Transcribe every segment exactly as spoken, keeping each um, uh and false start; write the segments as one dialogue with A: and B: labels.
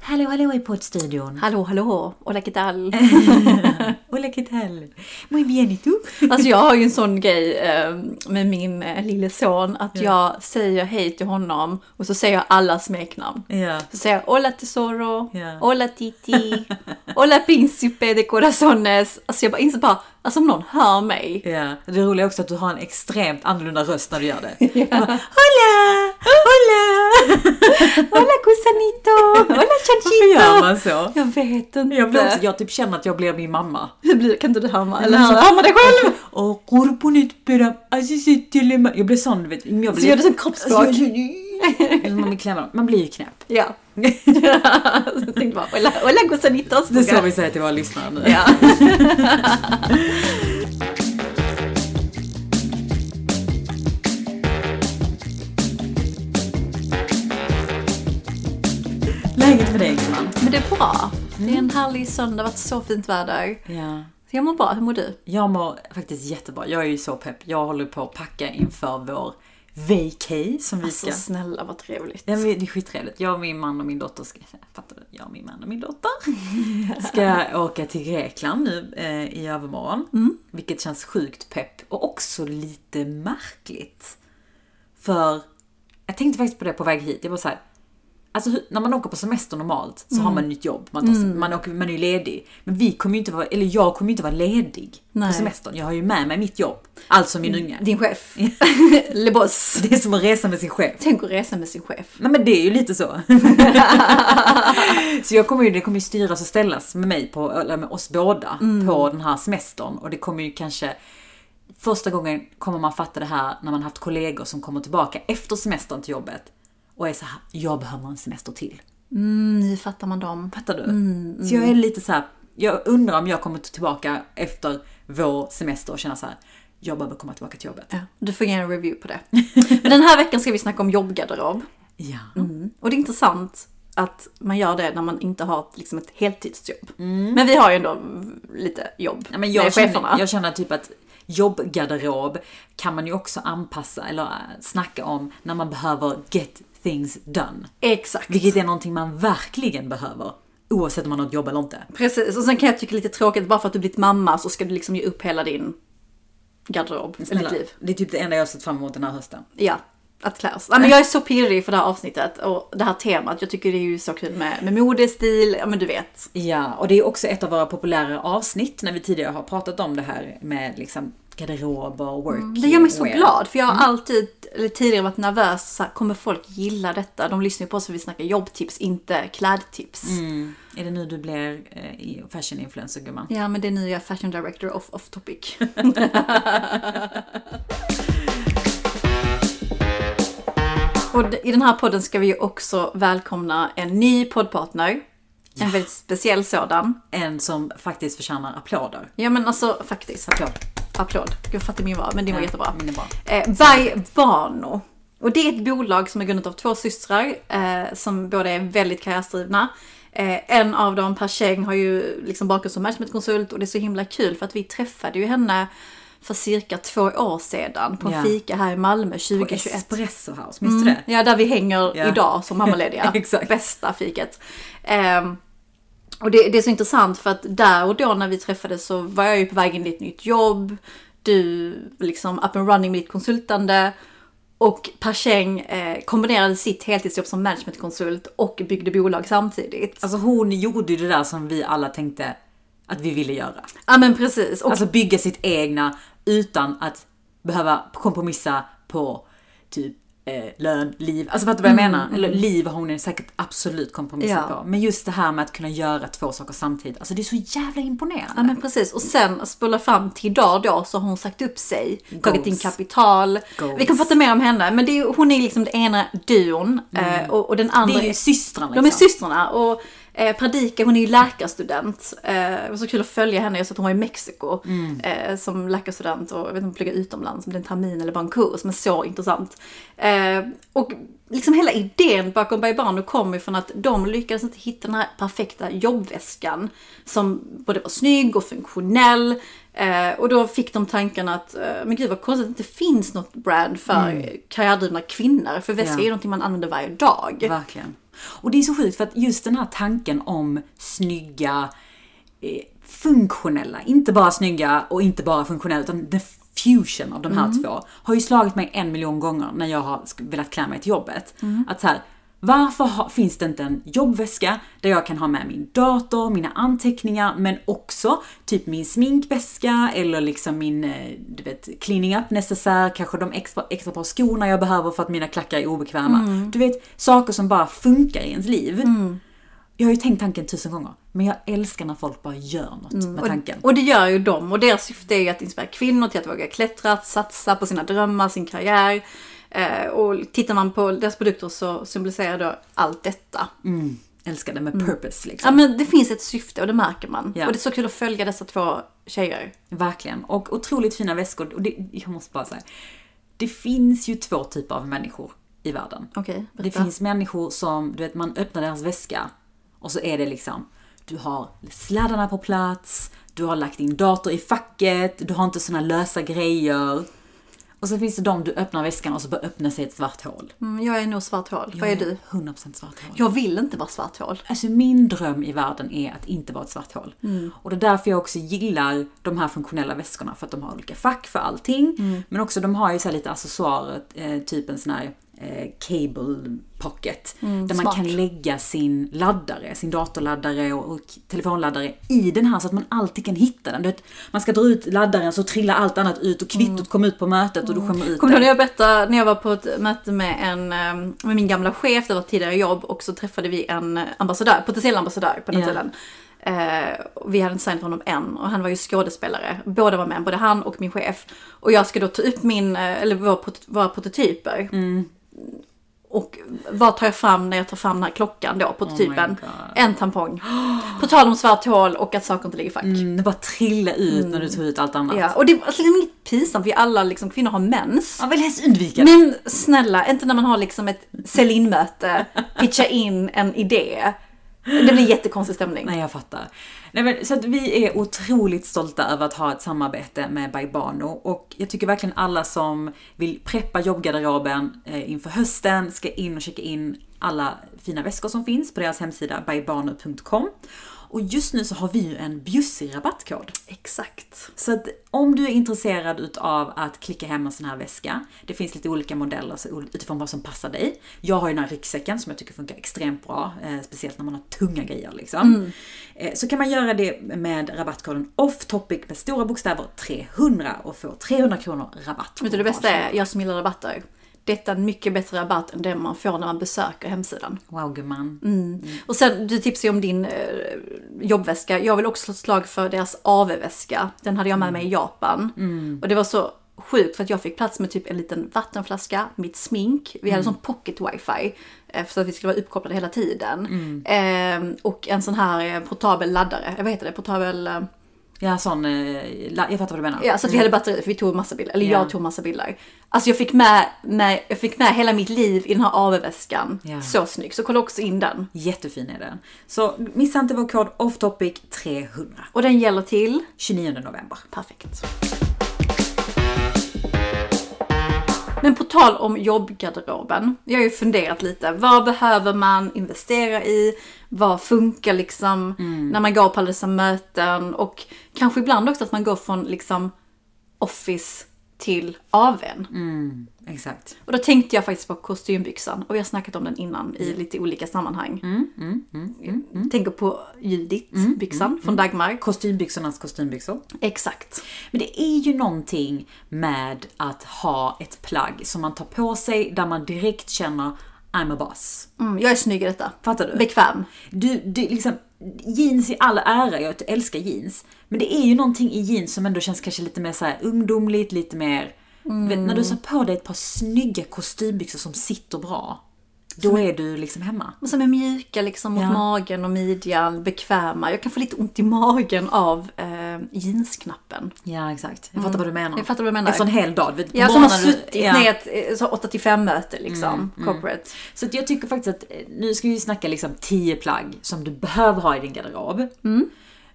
A: Hallå, hallå i poddstudion.
B: Hallå, hallå. Hola, ¿qué tal?
A: Hola, ¿qué tal? Muy bien, ¿y tú?
B: Alltså jag har ju en sån grej eh, med min eh, lille son att
A: Ja.
B: jag säger hej till honom och så säger jag alla smeknamn.
A: Ja.
B: Så säger jag hola tesoro,
A: Ja.
B: hola titi, hola principe de corazones. Alltså jag bara inser bara, alltså om någon hör mig.
A: Ja. Det roliga är också att du har en extremt annorlunda röst när du gör det.
B: Ja.
A: Bara, hola, hola.
B: Hola cusanito, hola
A: Varför gör
B: chanchito.
A: man så?
B: Jag vet inte.
A: Jag, blir också, jag typ känner att jag blir min mamma.
B: Hur blir, kan inte du härma?
A: Eller
B: Eller härma dig själv?
A: Och går på nytt pera, till jag blir sån, du vet. Jag blir,
B: Så gör du sån kroppsspråk.
A: man blir klämma, man blir ju knäpp.
B: Ja. Så jag tänkte bara, hola, hola cusanitos.
A: Det är så vi säger till våra lyssnare nu.
B: Ja.
A: Läget för dig, man.
B: Men det är bra. Det är en härlig söndag, det har varit så fint väder.
A: Ja.
B: Så jag mår bra, hur mår du?
A: Jag mår faktiskt jättebra. Jag är ju så pepp. Jag håller på att packa inför vår vacay som vi ska...
B: Alltså snälla, vad trevligt.
A: Ja, det är skittrevligt. Jag och min man och min dotter ska... Fattar du? Jag och min man och min dotter ska åka till Grekland nu eh, i övermorgon. Mm. Vilket känns sjukt pepp. Och också lite märkligt. För jag tänkte faktiskt på det på väg hit. Jag var så här... Alltså när man åker på semester normalt så mm. har man ett jobb. Man, tar, mm. man, åker, man är ju ledig. Men vi kommer ju inte vara, eller jag kommer ju inte vara ledig Nej. på semestern. Jag har ju med mig mitt jobb. Alltså min unge.
B: Din chef. Le boss.
A: Det är som att resa med sin chef.
B: Tänk att resa med sin chef.
A: Nej men det är ju lite så. Så jag kommer ju, det kommer ju styras och ställas med mig på, eller med oss båda mm. på den här semestern. Och det kommer ju kanske... Första gången kommer man fatta det här när man haft kollegor som kommer tillbaka efter semestern till jobbet. Och är så här, jag behöver en semester till.
B: Mm, nu fattar man dem.
A: Fattar du?
B: Mm, mm.
A: Så jag är lite så här, jag undrar om jag kommer tillbaka efter vår semester och känna så här, jag behöver komma tillbaka till jobbet.
B: Ja, du får ge en review på det. Men den här veckan ska vi snacka om jobbgarderob.
A: Ja.
B: Mm. Och det är intressant att man gör det när man inte har liksom ett heltidsjobb. Mm. Men vi har ju ändå lite jobb
A: ja, men jag,
B: med cheferna.
A: Känner, jag känner typ att jobbgarderob kan man ju också anpassa eller snacka om när man behöver get things done.
B: Exakt.
A: Vilket är någonting man verkligen behöver. Oavsett om man har ett jobb eller inte.
B: Precis. Och sen kan jag tycka lite tråkigt. Bara för att du blivit mamma så ska du liksom ge upp hela din garderob. Eller ditt liv.
A: Det är typ det enda jag har sett fram emot den här hösten.
B: Ja. Att klä oss. Ja, men jag är så pirrig för det här avsnittet. Och det här temat. Jag tycker det är ju så kul med, med modestil. Ja men du vet.
A: Ja. Och det är också ett av våra populära avsnitt. När vi tidigare har pratat om det här med liksom garderob och work.
B: Mm, det gör mig så
A: wear.
B: glad. För jag har
A: mm.
B: alltid, eller tidigare varit nervös. Så här, kommer folk gilla detta? De lyssnar ju på oss för vi snackar jobbtips, inte klädtips.
A: Mm. Är det nu du blir eh, fashion influencer, gumman?
B: Ja, men det är nu jag är fashion director of off topic. Och i den här podden ska vi ju också välkomna en ny poddpartner. Ja. En väldigt speciell sådan.
A: En som faktiskt förtjänar applåder.
B: Ja men alltså faktiskt.
A: Applåd.
B: Applåd. Jag fattar min var, men det var ja, jättebra.
A: Min är bra.
B: Eh, By Bano. Och det är ett bolag som är grundat av två systrar eh, som båda är väldigt karriärstrivna. Eh, en av dem, Persheng, har ju liksom bakgrund som managementkonsult och det är så himla kul för att vi träffade ju henne för cirka två år sedan på en ja. fika här i Malmö tjugohundratjugoett.
A: På Espresso House, minns du det?
B: Ja, där vi hänger
A: ja.
B: idag som mammalediga.
A: Exakt.
B: Bästa fiket. Eh, och det, det är så intressant för att där och då när vi träffades så var jag ju på väg in i ett nytt jobb. Du liksom up and running med ditt konsultande. Och Persheng eh, kombinerade sitt heltidsjobb som managementkonsult och byggde bolag samtidigt.
A: Alltså hon gjorde ju det där som vi alla tänkte att vi ville göra.
B: Ja men precis. Och
A: alltså bygga sitt egna utan att behöva kompromissa på typ eh, lön, liv. Alltså fattar du vad jag mm, menar? Eller
B: mm.
A: liv har hon säkert absolut kompromissat ja. på. Men just det här med att kunna göra två saker samtidigt. Alltså det är så jävla imponerande.
B: Ja men precis. Och sen spola fram till idag då så har hon sagt upp sig. Goals. Tagit in kapital. Goals. Vi kan prata mer om henne. Men det är, hon är liksom den ena duon. Mm. Eh, och, och den andra.
A: Det är ju systrarna.
B: Liksom. De är systrarna. Och Eh, Pradika, hon är ju läkarstudent. Eh, det var så kul att följa henne. Jag sa att hon var i Mexiko mm. eh, som läkarstudent. Och jag vet inte om hon pluggar utomlands. Om det är en termin eller bara en kurs. Men så intressant. Eh, och liksom hela idén bakom By Bano kommer från att de lyckades inte hitta den här perfekta jobbväskan. Som både var snygg och funktionell. Eh, och då fick de tanken att, eh, men gud vad konstigt att det inte finns något brand för mm. karriärdrivna kvinnor. För väska ja. är ju någonting man använder varje dag.
A: Verkligen. Och det är så sjukt för att just den här tanken om snygga, eh, funktionella, inte bara snygga och inte bara funktionella, utan the fusion av de här mm. två har ju slagit mig en miljon gånger när jag har velat klä mig till jobbet. Mm. Att så här, varför ha, finns det inte en jobbväska där jag kan ha med min dator, mina anteckningar, men också typ min sminkväska eller liksom min, du vet, cleaning up necessär, kanske de extra, extra par skorna jag behöver för att mina klackar är obekväma. Mm. Du vet, saker som bara funkar i ens liv. Mm. Jag har ju tänkt tanken tusen gånger, men jag älskar när folk bara gör något mm. med tanken.
B: Och, och det gör ju de, och deras syfte är ju att inspirera kvinnor till att våga klättra, att satsa på sina drömmar, sin karriär. Eh, och tittar man på deras produkter så symboliserar då allt detta.
A: Mm. Älskar det med mm. purpose liksom.
B: Ja, men det finns ett syfte och det märker man.
A: Ja.
B: Och det är så kul att följa dessa två tjejer.
A: Verkligen. Och otroligt fina väskor. Och det, jag måste bara säga, det finns ju två typer av människor i världen.
B: Okay,
A: det finns människor som, du vet, man öppnar deras väska och så är det liksom, du har sladdarna på plats, du har lagt din dator i facket, du har inte såna lösa grejer. Och så finns det de, du öppnar väskan och så bara öppnar sig ett svart hål.
B: Mm, jag är nog svart hål.
A: Jag
B: Vad är du?
A: hundra procent svart hål.
B: Jag vill inte vara svart hål.
A: Alltså min dröm i världen är att inte vara ett svart hål. Mm. Och det är därför jag också gillar de här funktionella väskorna. För att de har olika fack för allting. Mm. Men också de har ju så här lite accessoarer, eh, typ en sån här eh, cable pocket. Mm, där man smart. Kan lägga sin laddare, sin datorladdare och, och telefonladdare i den här så att man alltid kan hitta den. Vet, man ska dra ut laddaren så trillar allt annat ut och kvittot mm. kommer ut på mötet och du kommer ut.
B: Kommer du när jag berättade när jag var på ett möte med, en, med min gamla chef, det var tidigare jobb, och så träffade vi en ambassadör, potentiell ambassadör på den yeah. tiden. Uh, vi hade inte signat honom än och han var ju skådespelare. Båda var med, både han och min chef. Och jag ska då ta upp min, eller våra, våra prototyper. Mm. Och vad tar jag fram när jag tar fram den här klockan då, prototypen? Oh en tampong. På tal om svart hål och att saker inte ligger i fack.
A: Mm, det bara trilla ut mm. när du tar ut allt annat.
B: Ja, och det är alltså, inget pinsamt. Vi alla liksom, kvinnor har mens.
A: Man vill helst undvika
B: det. Men snälla, inte när man har liksom ett sell-in-möte, pitcha in en idé. Det blir jättekonstig stämning.
A: Nej, jag fattar. Nej, men, så att vi är otroligt stolta över att ha ett samarbete med By Bano. Och jag tycker verkligen alla som vill preppa jobbgarderoben eh, inför hösten ska in och checka in alla fina väskor som finns på deras hemsida by bano punkt com. Och just nu så har vi ju en bjussig rabattkod.
B: Exakt.
A: Så att om du är intresserad utav att klicka hem en sån här väska, det finns lite olika modeller så utifrån vad som passar dig. Jag har ju den här ryggsäcken som jag tycker funkar extremt bra, eh, speciellt när man har tunga grejer liksom. Mm. Eh, så kan man göra det med rabattkoden OFFTOPIC med stora bokstäver trehundra och få trehundra kronor rabatt.
B: Vet du, det bästa är, jag som gillar rabatter. Detta är en mycket bättre rabatt än det man får när man besöker hemsidan.
A: Wow, gumman.
B: Mm. Mm. Och sen, du tipsar ju om din eh, jobbväska. Jag vill också slå ett slag för deras A V-väska. Den hade jag med mig i Japan. Mm. Och det var så sjukt för att jag fick plats med typ en liten vattenflaska, mitt smink. Vi mm. hade sån pocket wifi eh, för att vi skulle vara uppkopplade hela tiden. Mm. Eh, och en sån här portabel laddare. Vad heter det? Portabel... Eh,
A: Ja, sån, jag fattar vad du menar.
B: Ja, så att vi hade batteri, för vi tog massa bilder. Eller yeah. jag tog massa bilder. Alltså jag fick med, med, jag fick med hela mitt liv i den här A V-väskan. Yeah. Så snygg, så kolla också in den.
A: Jättefin är den. Så missa inte vår kod OFFTOPIC trehundra.
B: Och den gäller till?
A: tjugonionde november.
B: Perfekt. Men på tal om jobbgarderoben, jag har ju funderat lite. Vad behöver man investera i? Vad funkar liksom mm. när man går på alla dessa möten? Och kanske ibland också att man går från liksom office till A V:n.
A: Mm, exakt.
B: Och då tänkte jag faktiskt på kostymbyxan. Och vi har snackat om den innan i lite olika sammanhang. Mm, mm, mm, mm, mm. Tänker på Judith, mm, byxan mm, från Dagmar.
A: Kostymbyxornas kostymbyxor.
B: Exakt.
A: Men det är ju någonting med att ha ett plagg som man tar på sig där man direkt känner I'm a boss.
B: Mm, jag är snygg i detta.
A: Fattar du?
B: Bekväm.
A: Du, du liksom, jeans i all ära, jag älskar jeans. Men det är ju någonting i jeans som ändå känns kanske lite mer så här ungdomligt, lite mer... Mm. Vet, när du tar på dig ett par snygga kostymbyxor som sitter bra, då som är du liksom hemma.
B: Och som är mjuka liksom mot ja. magen och midjan, bekväma. Jag kan få lite ont i magen av eh, jeansknappen.
A: Ja, exakt. Jag fattar mm. vad du menar.
B: Jag fattar vad du menar.
A: Efter en hel dag. Vet,
B: ja, som har suttit ja. ner ett så åtta till fem möte liksom, mm, corporate. Mm.
A: Så att jag tycker faktiskt att nu ska vi snacka liksom tio plagg som du behöver ha i din garderob. Mm.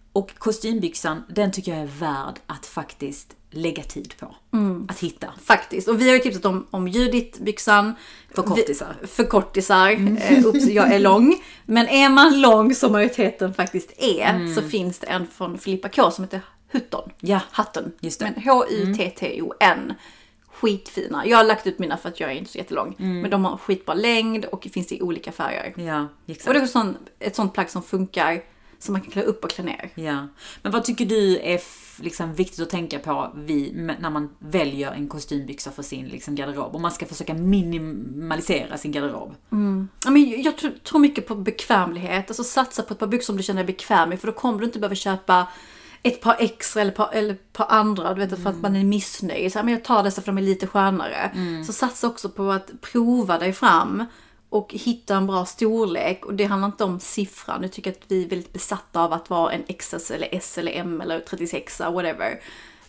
A: Och kostymbyxan, den tycker jag är värd att faktiskt lägga tid på. Mm. Att hitta.
B: Faktiskt. Och vi har ju tipsat om, om Judith-byxan.
A: För kortisar.
B: Vi, för kortisar. Mm. Eh, ups, jag är lång. Men är man lång som majoriteten faktiskt är, mm. så finns det en från Filippa K som heter Hutton.
A: Ja,
B: Hutton.
A: Just det.
B: Men H U T T O N. Skitfina. Jag har lagt ut mina för att jag är inte så jättelång. Mm. Men de har skitbra längd och finns i olika färger.
A: Ja, exakt.
B: Och det är sån, ett sånt plagg som funkar, som man kan klä upp och klä ner.
A: Ja. Men vad tycker du är f- liksom viktigt att tänka på vid, när man väljer en kostymbyxa för sin liksom, garderob? Om man ska försöka minimalisera sin garderob.
B: Mm. Ja, men jag tror, tror mycket på bekvämlighet. Alltså satsa på ett par byxor som du känner dig bekväm i. För då kommer du inte behöva köpa ett par extra eller ett par, eller ett par andra. Du vet, mm. för att man är missnöjd. Så här, men jag tar dessa för de är lite skönare. Mm. Så satsa också på att prova dig fram. Och hitta en bra storlek. Och det handlar inte om siffran. Jag tycker att vi är väldigt besatta av att vara en X S eller S eller M eller trettiosex, whatever.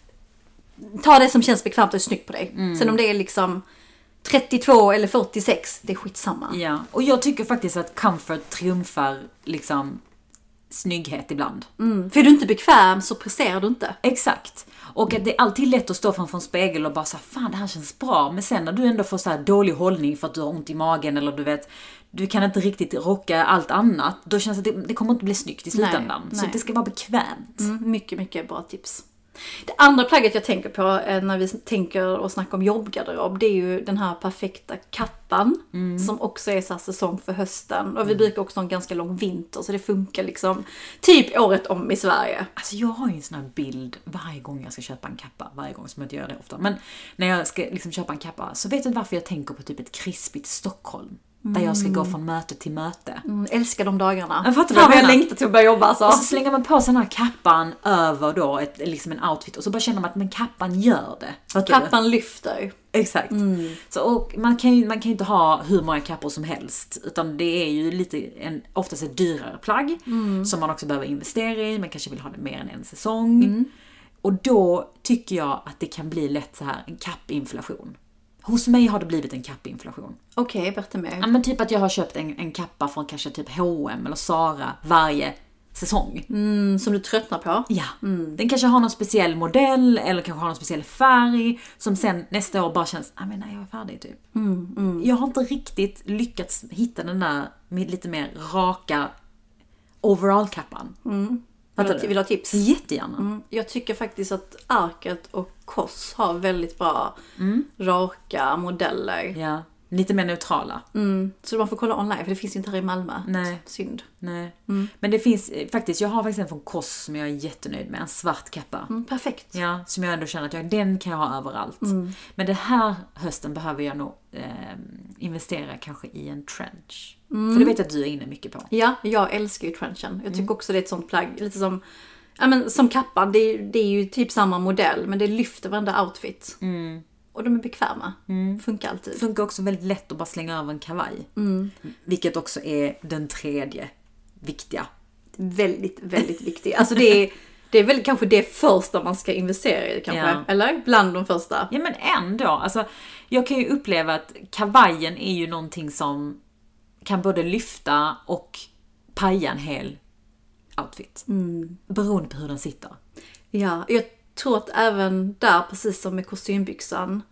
B: Ta det som känns bekvämt och är snyggt på dig. Mm. Sen om det är liksom trettiotvå eller fyrtiosex, det är skitsamma.
A: Ja, och jag tycker faktiskt att comfort triumfar liksom snygghet ibland.
B: Mm. För är du inte bekväm så presterar du inte.
A: Exakt. Och att det är alltid lätt att stå framför en spegel och bara säga, fan det här känns bra. Men sen när du ändå får så här dålig hållning för att du har ont i magen eller du vet, du kan inte riktigt rocka allt annat. Då känns det att det, det kommer inte bli snyggt i slutändan. Nej, så nej. Det ska vara bekvämt.
B: Mm, mycket, mycket bra tips. Det andra plagget jag tänker på när vi tänker och snackar om jobbgarderob, det är ju den här perfekta kappan mm. som också är så här säsong för hösten. Och vi brukar också ha en ganska lång vinter så det funkar liksom typ året om i Sverige.
A: Alltså jag har ju en sån här bild varje gång jag ska köpa en kappa, varje gång som jag inte gör det ofta. Men när jag ska liksom köpa en kappa så vet jag varför jag tänker på typ ett krispigt Stockholm. Mm. Där jag ska gå från möte till möte.
B: Mm, älskar de dagarna.
A: Jag fattar vad jag,
B: jag längtar till att börja jobba. Så.
A: Och så slänger man på sån här kappan över då ett, liksom en outfit. Och så bara känner man att men kappan gör det. Fattar
B: kappan
A: du?
B: Lyfter.
A: Exakt. Mm. Så, och man kan ju man kan ju inte ha hur många kappor som helst. Utan det är ju lite en, oftast ett dyrare plagg. Mm. Som man också behöver investera i. Man kanske vill ha det mer än en säsong. Mm. Och då tycker jag att det kan bli lätt så här en kappinflation. Hos mig har det blivit en kappinflation.
B: Okej, okay, berätta mer.
A: Ja, men typ att jag har köpt en, en kappa från kanske typ H och M eller Zara varje säsong.
B: Mm, som du tröttnar på?
A: Ja. Mm. Den kanske har någon speciell modell eller kanske har någon speciell färg som sen nästa år bara känns, ah, men nej, jag är färdig typ.
B: Mm, mm.
A: Jag har inte riktigt lyckats hitta den där lite mer raka overall-kappan.
B: Mm. Vill du vill ha tips?
A: Jättegärna.
B: Mm. Jag tycker faktiskt att Arket och Koss har väldigt bra mm. raka modeller.
A: Ja, lite mer neutrala.
B: Mm. Så man får kolla online, för det finns ju inte här i Malmö.
A: Nej.
B: Synd.
A: Nej. Mm. Men det finns faktiskt, jag har faktiskt en från Koss som jag är jättenöjd med. En svart kappa.
B: Mm, perfekt.
A: Ja, som jag ändå känner att jag, den kan jag ha överallt. Mm. Men det här hösten behöver jag nog eh, investera kanske i en trench. Mm. För det vet jag att du är inne mycket på.
B: Ja, jag älskar ju trenchen. Jag tycker mm. också det är ett sånt plagg. Lite som, ja, men, som kappan, det, det är ju typ samma modell. Men det lyfter varenda outfit.
A: Mm.
B: Och de är bekväma.
A: Mm.
B: Funkar alltid.
A: Funkar också väldigt lätt att bara slänga över en kavaj.
B: Mm.
A: Vilket också är den tredje viktiga.
B: Väldigt, väldigt viktig. Alltså det är, det är väl kanske det första man ska investera i kanske.
A: Ja.
B: Eller? Bland de första.
A: Ja, men ändå. Alltså, jag kan ju uppleva att kavajen är ju någonting som kan både lyfta och paja en hel outfit.
B: Mm.
A: Beroende på hur den sitter.
B: Ja, jag tror att även där, precis som med kostymbyxan,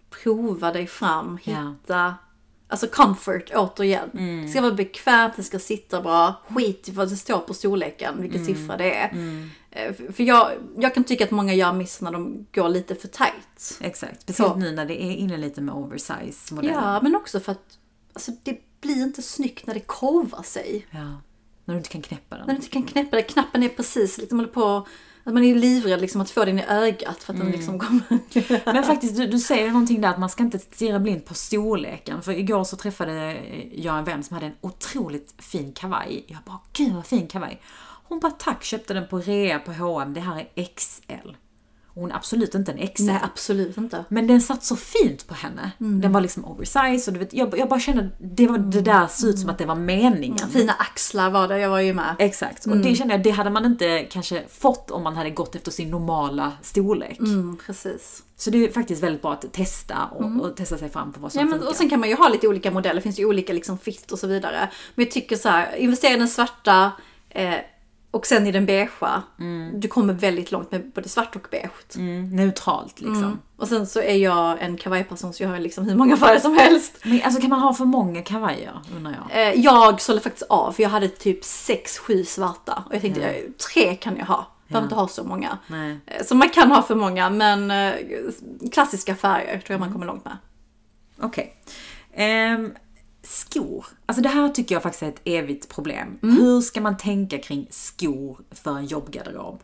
B: prova dig fram, hitta, ja. Alltså comfort återigen. Mm. Det ska vara bekvämt, det ska sitta bra, skit i vad det står på storleken, vilken mm. siffra det är. Mm. För jag, jag kan tycka att många gör miss när de går lite för tight.
A: Exakt, speciellt så. Nu när det är inne lite med oversize modeller.
B: Ja, men också för att alltså, det blir inte snyggt när det korvar sig.
A: Ja, när du inte kan knäppa den.
B: När du inte kan knäppa den. Knappen är precis, liksom håller på, att man är livrädd liksom, att få den i ögat för att mm. den liksom kommer.
A: Men faktiskt, du, du säger någonting där att man ska inte stirra blind på storleken. För igår så träffade jag en vän som hade en otroligt fin kavaj. Jag bara, gud vad fin kavaj. Hon bara, tack, köpte den på rea på H och M. Det här är X L. Hon är absolut inte en X L.
B: Nej, absolut inte.
A: Men den satt så fint på henne. Mm. Den var liksom oversize. Och du vet, jag, jag bara kände, det, var, det där såg ut som att det var meningen.
B: Mm, fina axlar var det, jag var ju med.
A: Exakt. Och mm. det kände jag, det hade man inte kanske fått om man hade gått efter sin normala storlek.
B: Mm, precis.
A: Så det är faktiskt väldigt bra att testa och, mm. och testa sig fram på vad som
B: ja, men,
A: funkar.
B: Och sen kan man ju ha lite olika modeller. Det finns ju olika liksom fit och så vidare. Men jag tycker så här, investera i den svarta... Eh, Och sen i den beigea, mm. du kommer väldigt långt med både svart och beige.
A: Mm, neutralt liksom. Mm.
B: Och sen så är jag en kavajperson så jag har liksom hur många färger som helst.
A: Men alltså kan man ha för många kavajer, undrar jag?
B: Eh, jag sålde faktiskt av, för jag hade typ sex, sju svarta. Och jag tänkte, ja. tre kan jag ha. Jag behöver ja. inte ha så många. Nej. Så man kan ha för många, men eh, klassiska färger tror jag man kommer långt med.
A: Okej. Okay. Um... Skor. Alltså det här tycker jag faktiskt är ett evigt problem. Mm. Hur ska man tänka kring skor för en jobbgarderob?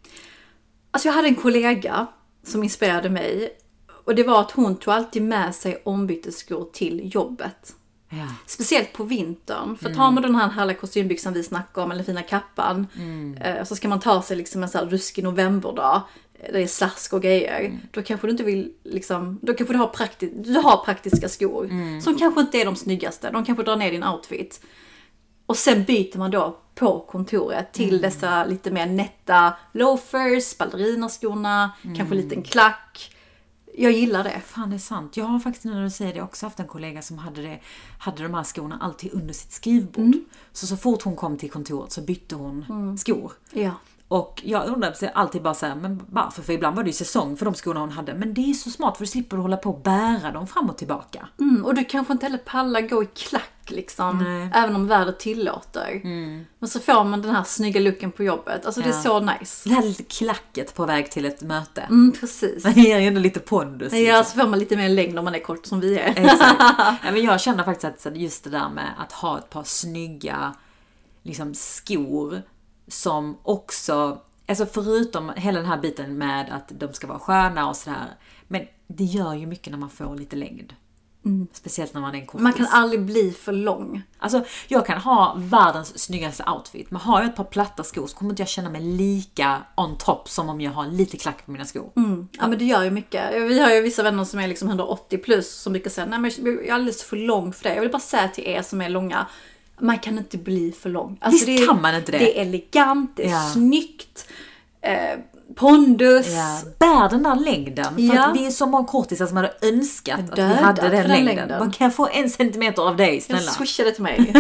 B: Alltså jag hade en kollega som inspirerade mig. Och det var att hon tog alltid med sig ombytesskor till jobbet. Ja. Speciellt på vintern. För mm. tar man den här härliga kostymbyxan vi snackar om, eller fina kappan. Mm. Så ska man ta sig liksom en så här ruskig novemberdag. Det är slask och grejer. Mm. Då kanske du inte vill liksom, då kanske du har, prakti- du har praktiska skor. Mm. Som kanske inte är de snyggaste. De kanske drar ner din outfit. Och sen byter man då på kontoret till mm. dessa lite mer nätta loafers, ballerinaskorna, mm. kanske en liten klack. Jag gillar det.
A: Fan, det är sant. Jag har faktiskt nu när du säger det också haft en kollega som hade, det, hade de här skorna alltid under sitt skrivbord. Mm. Så så fort hon kom till kontoret så bytte hon mm. skor. Ja. Och jag undrar alltid bara så här, men varför? För ibland var det ju säsong för de skorna hon hade. Men det är så smart för du slipper hålla på och bära dem fram och tillbaka.
B: Mm, och du kanske inte heller pallar gå i klack liksom. Nej. Även om vädret tillåter. Mm. Men så får man den här snygga looken på jobbet. Alltså ja. Det är så nice.
A: Det här lite klacket på väg till ett möte.
B: Mm, precis.
A: Man ger ju ändå lite pondus.
B: Ja, liksom. Så får man lite mer längd om man är kort som vi är.
A: Exakt. Ja, men jag känner faktiskt att just det där med att ha ett par snygga liksom, skor som också, alltså förutom hela den här biten med att de ska vara sköna och sådär, men det gör ju mycket när man får lite längd. Mm. Speciellt när man är en kortis.
B: Man kan aldrig bli för lång.
A: Alltså, jag kan ha världens snyggaste outfit, men har jag ett par platta skor så kommer inte jag känna mig lika on top som om jag har lite klack på mina skor.
B: Mm. Ja, men det gör ju mycket. Vi har ju vissa vänner som är liksom hundraåttio plus som brukar säga, nej men jag är alldeles för lång för det. Jag vill bara säga till er som är långa, man kan inte bli för lång.
A: Alltså, Visst det är, kan man inte det.
B: Det är elegant, det är ja. snyggt, eh, pondus.
A: Ja. Bär den där längden. För ja. att vi är så många kortisar som hade önskat att vi hade den, den längden. längden. Man kan få en centimeter av dig, snälla.
B: Jag swishar det till mig.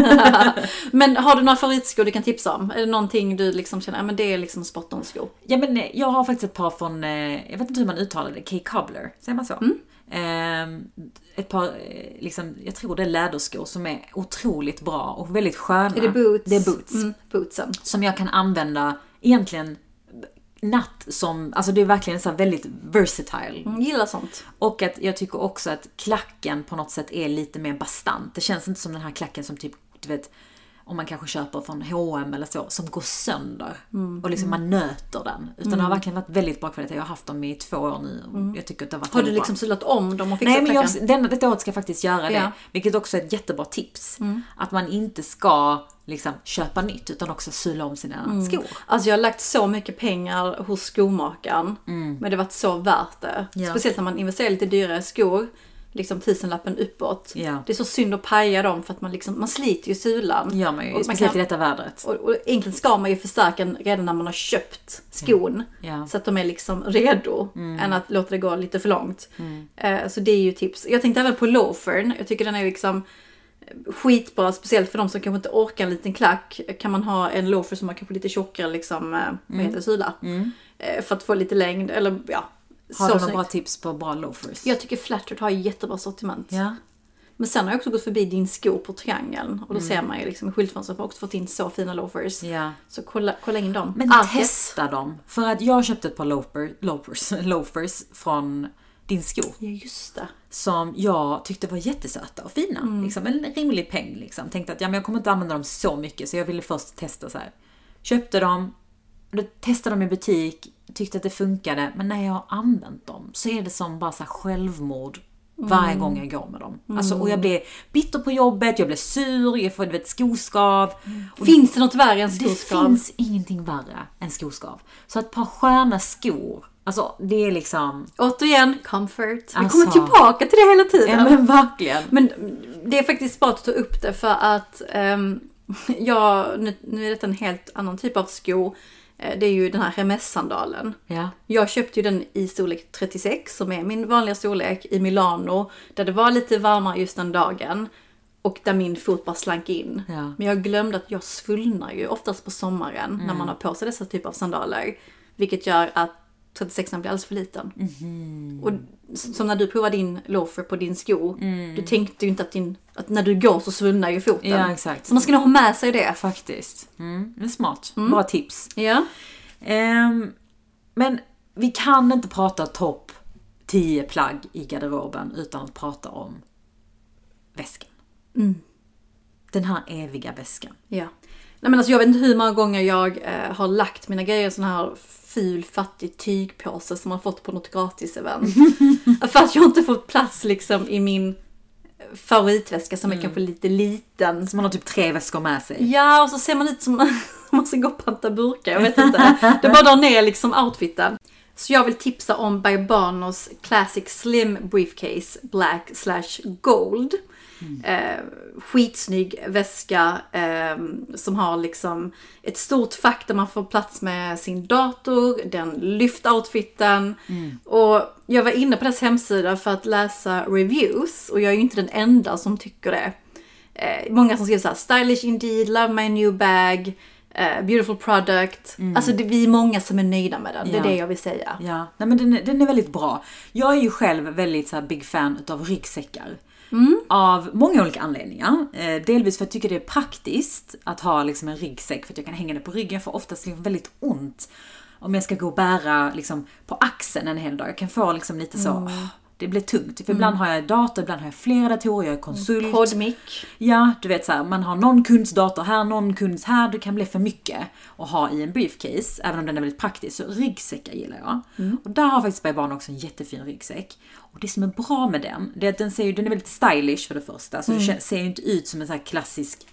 B: Men har du några favoritskor du kan tipsa om? Är det någonting du liksom känner, ja, men det är liksom spot on skor?
A: Ja, men jag har faktiskt ett par från, jag vet inte hur man uttalar det, Kay Cobbler, säger man så? Mm. Um, ett par, liksom, jag tror det är läderskor som är otroligt bra och väldigt sköna.
B: Är det boots?
A: Det är boots.
B: Mm, bootsen.
A: Som jag kan använda egentligen natt som, alltså det är verkligen så här väldigt versatile.
B: Mm, gillar sånt.
A: Och att jag tycker också att klacken på något sätt är lite mer bastant. Det känns inte som den här klacken som typ, du vet, om man kanske köper från H och M eller så, som går sönder. Mm, och liksom mm. man nöter den. Utan mm. det har verkligen varit väldigt bra kvalitet. Jag har haft dem i två år nu. Mm. Jag tycker att det har varit
B: Har du liksom sulat om dem och fixat?
A: Nej, men jag, den, detta året ska jag faktiskt göra det. Ja. Vilket också är ett jättebra tips. Mm. Att man inte ska liksom köpa nytt utan också sula om sina mm. skor.
B: Alltså jag har lagt så mycket pengar hos skomakaren. Mm. Men det har varit så värt det. Ja. Speciellt när man investerar lite dyrare skor. Liksom tusenlappen uppåt. Ja. Det är så synd att paja dem för att man liksom, man sliter ju sulan.
A: Ja, men ju, speciellt kan, i detta vädret.
B: Och, och egentligen ska man ju förstärka redan när man har köpt skon. Mm. Ja. Så att de är liksom redo. Mm. Än att låta det gå lite för långt. Mm. Uh, så det är ju tips. Jag tänkte även på loafern. Jag tycker den är liksom skitbra. Speciellt för de som kanske inte orkar en liten klack. Kan man ha en loafer som har kanske lite tjockare liksom, uh, mm. vad heter det, sula. Mm. Uh, för att få lite längd. Eller ja.
A: Har du några bra tips på bra loafers?
B: Jag tycker Flattered har jättebra sortiment.
A: Ja.
B: Men sen har jag också gått förbi din sko på triangeln. Och då mm. ser man ju liksom i skyltfönstret har också fått in så fina loafers.
A: Ja.
B: Så kolla, kolla in dem.
A: Men Arket. Testa dem. För att jag köpte ett par loafer, loafers, loafers från din sko.
B: Ja, just det.
A: Som jag tyckte var jättesöta och fina. Mm. Liksom en rimlig peng. Liksom. Tänkte att ja, men jag kommer inte använda dem så mycket. Så jag ville först testa så här. Köpte dem. Testade dem i butik. Tyckte att det funkade. Men när jag har använt dem så är det som bara så här självmord varje mm. gång jag går med dem. Mm. Alltså, och jag blir bitter på jobbet. Jag blir sur. Jag får ett skoskav.
B: Mm. Finns det något värre än skoskav?
A: Det finns ingenting värre än skoskav. Så ett par sköna skor. Alltså det är liksom...
B: Återigen, comfort. Vi alltså, kommer tillbaka till det hela tiden.
A: Ja, men verkligen.
B: Men det är faktiskt bra att ta upp det för att um, jag, nu, nu är det en helt annan typ av sko. Det är ju den här Hermes-sandalen.
A: Ja.
B: Jag köpte ju den i storlek trettiosex som är min vanliga storlek i Milano. Där det var lite varmare just den dagen. och där min fot bara slank in.
A: Ja.
B: Men jag glömde att jag svullnar ju oftast på sommaren mm. när man har på sig dessa typer av sandaler. Vilket gör att trettiosexan blir alldeles för liten. Mm. Och som när du provade din loafer på din sko. Mm. Du tänkte ju inte att, din, att när du går så svullnar ju foten.
A: Ja, exakt.
B: Så man ska nog ha med sig det.
A: Faktiskt. Mm. Det är smart. Mm. Bra tips.
B: Ja.
A: Um, men vi kan inte prata topp tio plagg i garderoben utan att prata om väskan. Mm. Den här eviga väskan.
B: Ja. Nej, men alltså jag vet inte hur många gånger jag eh, har lagt mina grejer i sån här ful, fattig tygpåse som man fått på något gratis event. För att jag inte fått plats liksom i min favoritväska som mm. är kanske lite liten.
A: Så man har typ tre väskor med sig.
B: Ja, och så ser man ut som man ska gå och panta burkar. Jag vet inte. Det bara drar ner liksom outfiten. Så jag vill tipsa om Bybanos Classic Slim Briefcase Black slash Gold. Mm. Eh, skitsnygg väska eh, som har liksom ett stort fack där man får plats med sin dator, den lyft-outfiten. Mm. Och jag var inne på dess hemsida för att läsa reviews och jag är ju inte den enda som tycker det. Eh, många som skriver så här: stylish indeed, love my new bag, Uh, beautiful product. Mm. Alltså det, vi är många som är nöjda med den. Det är ja. det jag vill säga.
A: Ja, nej, men den, den är väldigt bra. Jag är ju själv väldigt så här, big fan utav ryggsäckar.
B: Mm.
A: Av många olika anledningar. Eh, delvis för att jag tycker det är praktiskt att ha liksom, en ryggsäck. För att jag kan hänga det på ryggen. För oftast är det väldigt ont om jag ska gå och bära liksom, på axeln en hel dag. Jag kan få liksom, lite så... Mm. Oh, det blir tungt. För mm. ibland har jag dator, ibland har jag flera datorer, jag är konsult.
B: Podmic.
A: Ja, du vet så här, man har någon kunds dator här, någon kunds här. Det kan bli för mycket att ha i en briefcase, även om den är väldigt praktisk. Så ryggsäckar gillar jag. Mm. Och där har faktiskt Bybarn också en jättefin ryggsäck. Och det som är bra med den, det är att den, ser ju, den är väldigt stylish för det första. Så mm. det ser ju inte ut som en så här klassisk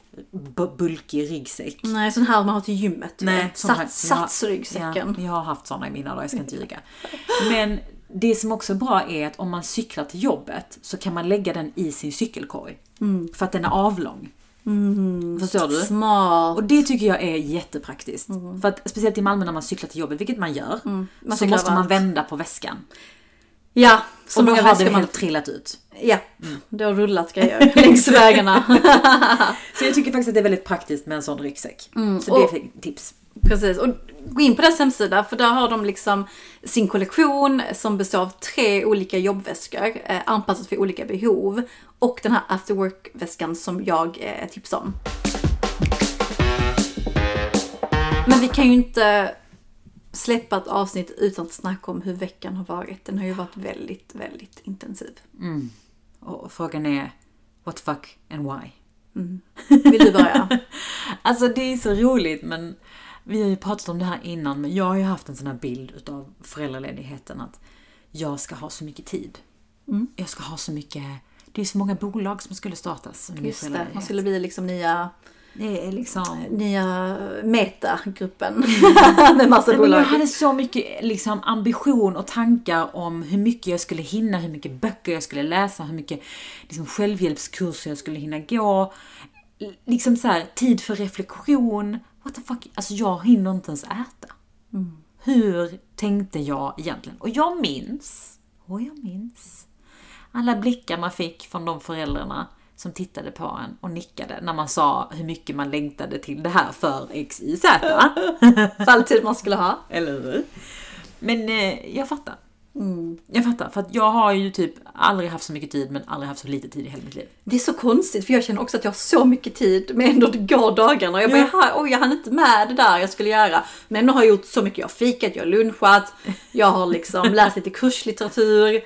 A: bulkig ryggsäck.
B: Nej, sån här man har till gymmet.
A: Nej,
B: Sats, satsryggsäcken.
A: Ja, jag har haft såna i mina dagar, jag ska inte ljuga. Men det som också är bra är att om man cyklar till jobbet så kan man lägga den i sin cykelkorg. Mm. För att den är avlång. Mm. Förstår du?
B: Smart.
A: Och det tycker jag är jättepraktiskt. Mm. För att speciellt i Malmö när man cyklar till jobbet, vilket man gör, mm. man så måste man vända på väskan.
B: Ja.
A: Och då har det helt trillat ut.
B: Ja, mm. det har rullat grejer längs vägarna.
A: Så jag tycker faktiskt att det är väldigt praktiskt med en sån ryggsäck. Mm. Så det är ett tips.
B: Precis, och gå in på deras hemsida för där har de liksom sin kollektion som består av tre olika jobbväskor eh, anpassat för olika behov och den här after work-väskan som jag eh, tipsar om. Men vi kan ju inte släppa ett avsnitt utan att snacka om hur veckan har varit. Den har ju varit väldigt, väldigt intensiv.
A: Mm. Och frågan är what the fuck and why?
B: Mm. Vill du börja?
A: Alltså det är så roligt, men vi har ju pratat om det här innan, men jag har ju haft en sån här bild utav föräldraledigheten att jag ska ha så mycket tid. Mm. Jag ska ha så mycket, det är så många bolag som skulle startas.
B: Just det, man skulle bli liksom nya,
A: det är liksom
B: nya Meta-gruppen med massa
A: Nej,
B: bolag.
A: Jag hade så mycket liksom, ambition och tankar om hur mycket jag skulle hinna, hur mycket böcker jag skulle läsa, hur mycket liksom, självhjälpskurser jag skulle hinna gå. Liksom så här, tid för reflektion. What the fuck? Alltså jag hinner inte ens äta. Mm. Hur tänkte jag egentligen? Och jag minns, och jag minns alla blickar man fick från de föräldrarna som tittade på en och nickade när man sa hur mycket man längtade till det här för X, Y, Z.
B: För all tid man skulle ha.
A: Eller hur? Men eh, jag fattar. Mm. Jag fattar, för att jag har ju typ aldrig haft så mycket tid men aldrig haft så lite tid i hela mitt liv.
B: Det är så konstigt för jag känner också att jag har så mycket tid men ändå det går dagarna och jag bara, ja. oj jag hann inte med det där jag skulle göra. Men ändå har jag gjort så mycket, jag har fikat, jag har lunchat, jag har liksom läst lite kurslitteratur,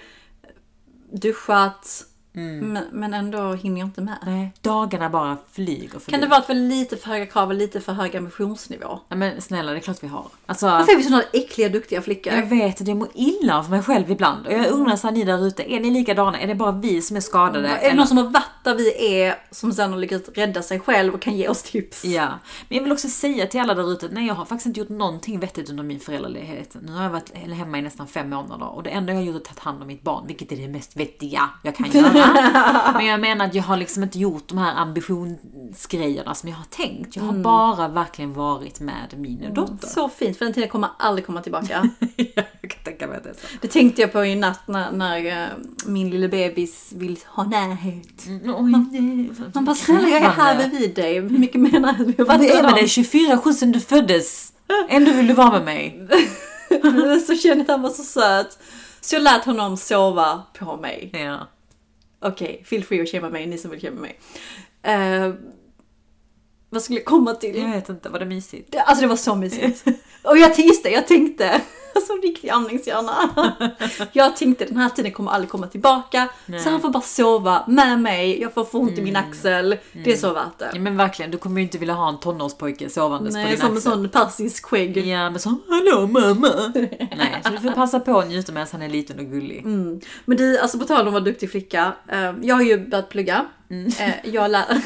B: duschat. Mm. Men, men ändå hinner jag inte med.
A: Nej, dagarna bara flyger förbi.
B: Kan det vara för lite för höga krav och lite för hög ambitionsnivå?
A: Ja men snälla, det är klart vi har. Alltså,
B: varför är vi sådana äckliga, duktiga flickor?
A: Jag vet att jag mår illa av mig själv ibland. Och jag undrar så här, ni där ute, är ni likadana? Är det bara vi som är skadade?
B: Mm. Är det någon som har varit där vi är som sen har lyckats rädda sig själv och kan ge oss tips?
A: Ja, men jag vill också säga till alla där ute att nej, jag har faktiskt inte gjort någonting vettigt under min föräldraledighet. Nu har jag varit hemma i nästan fem månader och det enda jag har gjort är att ta hand om mitt barn, vilket är det mest vettiga jag kan göra. Men jag menar att jag har liksom inte gjort de här ambitionsgrejerna som jag har tänkt. Jag har mm. bara verkligen varit med min mm. dotter.
B: Så fint, för den tiden kommer aldrig komma tillbaka.
A: Ja, jag kan tänka mig. vad det är så.
B: Det tänkte jag på i natt när, när uh, min lilla bebis vill ha närhet.
A: Mm, man,
B: man bara, snälla jag är här bredvid dig. Hur mycket menar du?
A: Det är med dig tjugofyra sju sedan du föddes. Ändå vill du vara med mig.
B: Så kände jag att han var så söt. Så jag lät honom sova på mig.
A: Ja.
B: Okej, okay, feel free att känna mig, ni som vill känna mig. Uh, vad skulle jag komma till?
A: Jag vet inte, var det mysigt?
B: Det, alltså det var så mysigt. Och jag tänkte, jag tänkte, som riktig amningshjärna. Jag tänkte, den här tiden kommer aldrig komma tillbaka. Nej. Så han får bara sova med mig. Jag får få ont mm. i min axel. Mm. Det är så värt det.
A: Ja, men verkligen, du kommer ju inte vilja ha en tonårspojke sovandes
B: Nej,
A: på din
B: som
A: axel.
B: en sån persisk skägg.
A: Ja, men så, hallå mamma. Nej, så du får passa på att njuta medan han är liten och gullig.
B: Mm. Men du, alltså på tal om att vara duktig flicka. Jag har ju börjat plugga. Mm. Jag lär...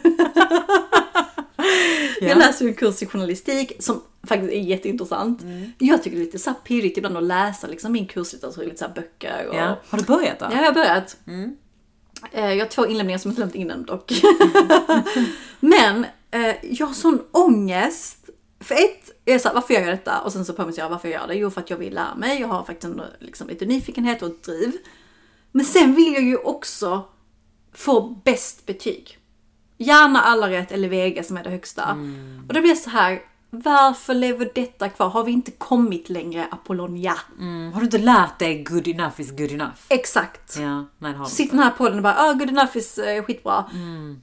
B: Jag ja. läser ju en kurs i journalistik som faktiskt är jätteintressant. Mm. Jag tycker det är lite så här pirrigt ibland att läsa liksom min kurslitteratur, lite så här böcker. Och...
A: Ja. Har du börjat då?
B: Ja, jag har börjat. Mm. Jag har två inlämningar som jag inte lämnat in än dock. Mm. Men jag har sån ångest. För ett, jag är så här, varför gör jag detta? Och sen så påminner jag varför jag gör det. Jo, för att jag vill lära mig. Jag har faktiskt en, liksom, lite nyfikenhet och ett driv. Men sen vill jag ju också få bäst betyg. Gärna alla rätt eller Vega som är det högsta. Mm. Och då blir det så här, varför lever detta kvar? Har vi inte kommit längre, Apollonia?
A: Mm. Har du inte lärt dig good enough is good enough?
B: Exakt.
A: Ja, nej, har
B: sitter den här på den och bara, ah, good enough is uh, skitbra. Mm.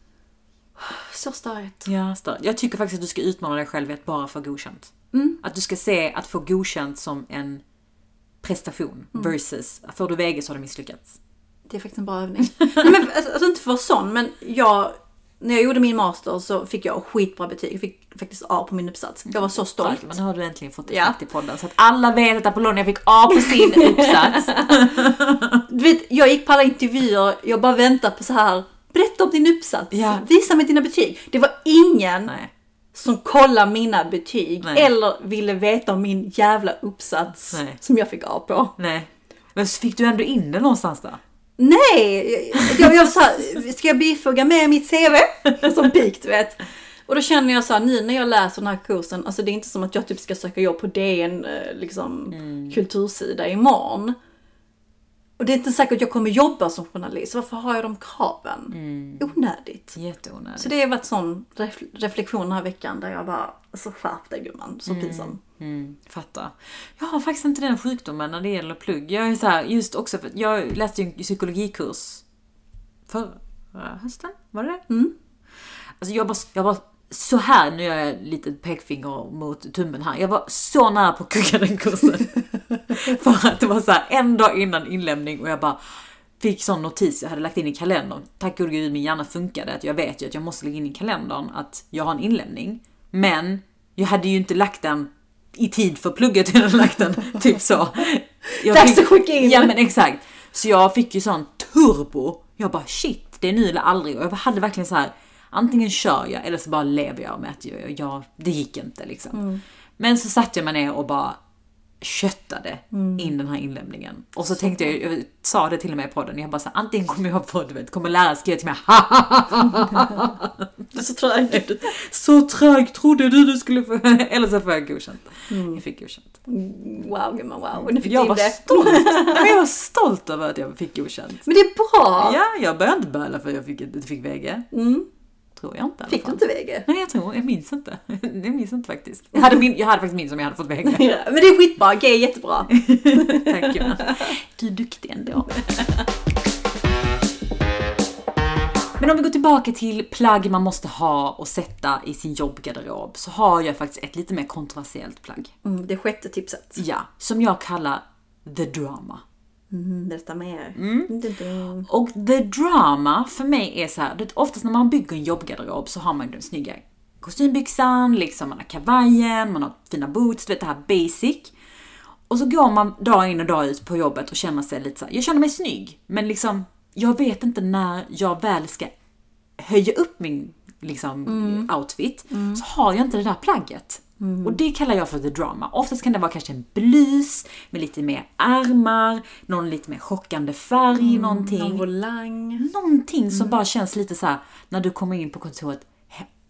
B: Så störigt.
A: Ja, störigt. Jag tycker faktiskt att du ska utmana dig själv i att bara få godkänt. Mm. Att du ska se att få godkänt som en prestation mm. versus, får du Vega så har du misslyckats.
B: Det är faktiskt en bra övning. Nej, men, alltså inte för att vara sån, men jag, när jag gjorde min master så fick jag skitbra betyg. Jag fick faktiskt A på min uppsats. Jag var så stolt.
A: Ja, men nu har du äntligen fått det ja. i podden. Så att alla vet att Apollonia fick A på sin uppsats.
B: Du vet, jag gick på alla intervjuer. Jag bara väntade på så här. Berätta om din uppsats. Ja. Visa mig dina betyg. Det var ingen Nej. som kollade mina betyg. Nej. Eller ville veta om min jävla uppsats Nej. som jag fick A på.
A: Nej. Men fick du ändå in det någonstans då?
B: Nej, jag, jag sa, ska jag bifoga med mitt C V? Som pikt, vet. Och då känner jag så här, nu när jag läser den här kursen, alltså det är inte som att jag typ ska söka jobb på D N, liksom, mm. kultursida imorgon. Och det är inte säkert att jag kommer jobba som journalist. Varför har jag de kraven? Mm. Onödigt.
A: Jätteonödigt.
B: Så det har varit sån ref- reflektion den här veckan där jag bara, alltså skärp dig gumman, så
A: mm.
B: pinsam.
A: Mm. Fattar. Jag har faktiskt inte den sjukdomen när det gäller plugg. Jag är så här, just också för jag läste ju en psykologikurs förra hösten, var det? Mm. Alltså jag var, jag var så här, nu gör jag lite pekfinger mot tummen här. Jag var så nära på att kugga den kursen. För att det var så här en dag innan inlämning och jag bara fick sån notis jag hade lagt in i kalendern. Tack gode gud min hjärna funkade. Att jag vet ju att jag måste lägga in i kalendern att jag har en inlämning. Men jag hade ju inte lagt den i tid för plugget. Jag hade lagt den typ så.
B: Dags att skicka in.
A: Ja men exakt. Så jag fick ju sån turbo. Jag bara shit, det är nu eller aldrig. Och jag hade verkligen så här, antingen kör jag eller så bara lever jag med att jag, jag, det gick inte liksom. Mm. Men så satt jag mig ner och bara köttade mm. in den här inlämningen. Och så, så tänkte jag, jag sa det till och med i podden, jag bara så här, antingen kommer jag på, du vet, kommer lära skriva till mig.
B: Du är så trög.
A: Så trög trodde du du skulle få, eller så får jag godkänt. Mm. Jag fick godkänt.
B: Wow, gumman, wow. Och fick
A: jag var det. stolt. Nej, jag var stolt över att jag fick godkänt.
B: Men det är bra.
A: Ja, jag började inte böla för jag fick, jag fick Vega. Mm. Tror jag inte.
B: Fick du inte Vega?
A: Nej, jag tror, jag minns inte. Jag minns inte faktiskt. Jag hade, min, jag hade faktiskt minns om jag hade fått Vega.
B: Ja, men det är skitbra, G är jättebra.
A: Tack Jonas. Du är duktig ändå. Men om vi går tillbaka till plagg man måste ha och sätta i sin jobbgarderob så har jag faktiskt ett lite mer kontroversiellt plagg.
B: Mm, det sjätte tipset.
A: Ja, som jag kallar The Drama.
B: Mm, detta mer.
A: Mm. Och the drama för mig är så här, det är oftast när man bygger en jobbgarderob så har man den snygga kostymbyxan, liksom man har kavajen, man har fina boots, du vet det här basic. Och så går man dag in och dag ut på jobbet och känner sig lite så här, jag känner mig snygg, men liksom jag vet inte när jag väl ska höja upp min liksom mm. outfit mm. så har jag inte det där plagget. Mm. Och det kallar jag för the drama. Oftast kan det vara kanske en blus med lite mer ärmar, någon lite mer chockande färg, mm. någonting.
B: Någon volang.
A: Någonting som mm. bara känns lite så här när du kommer in på kontoret.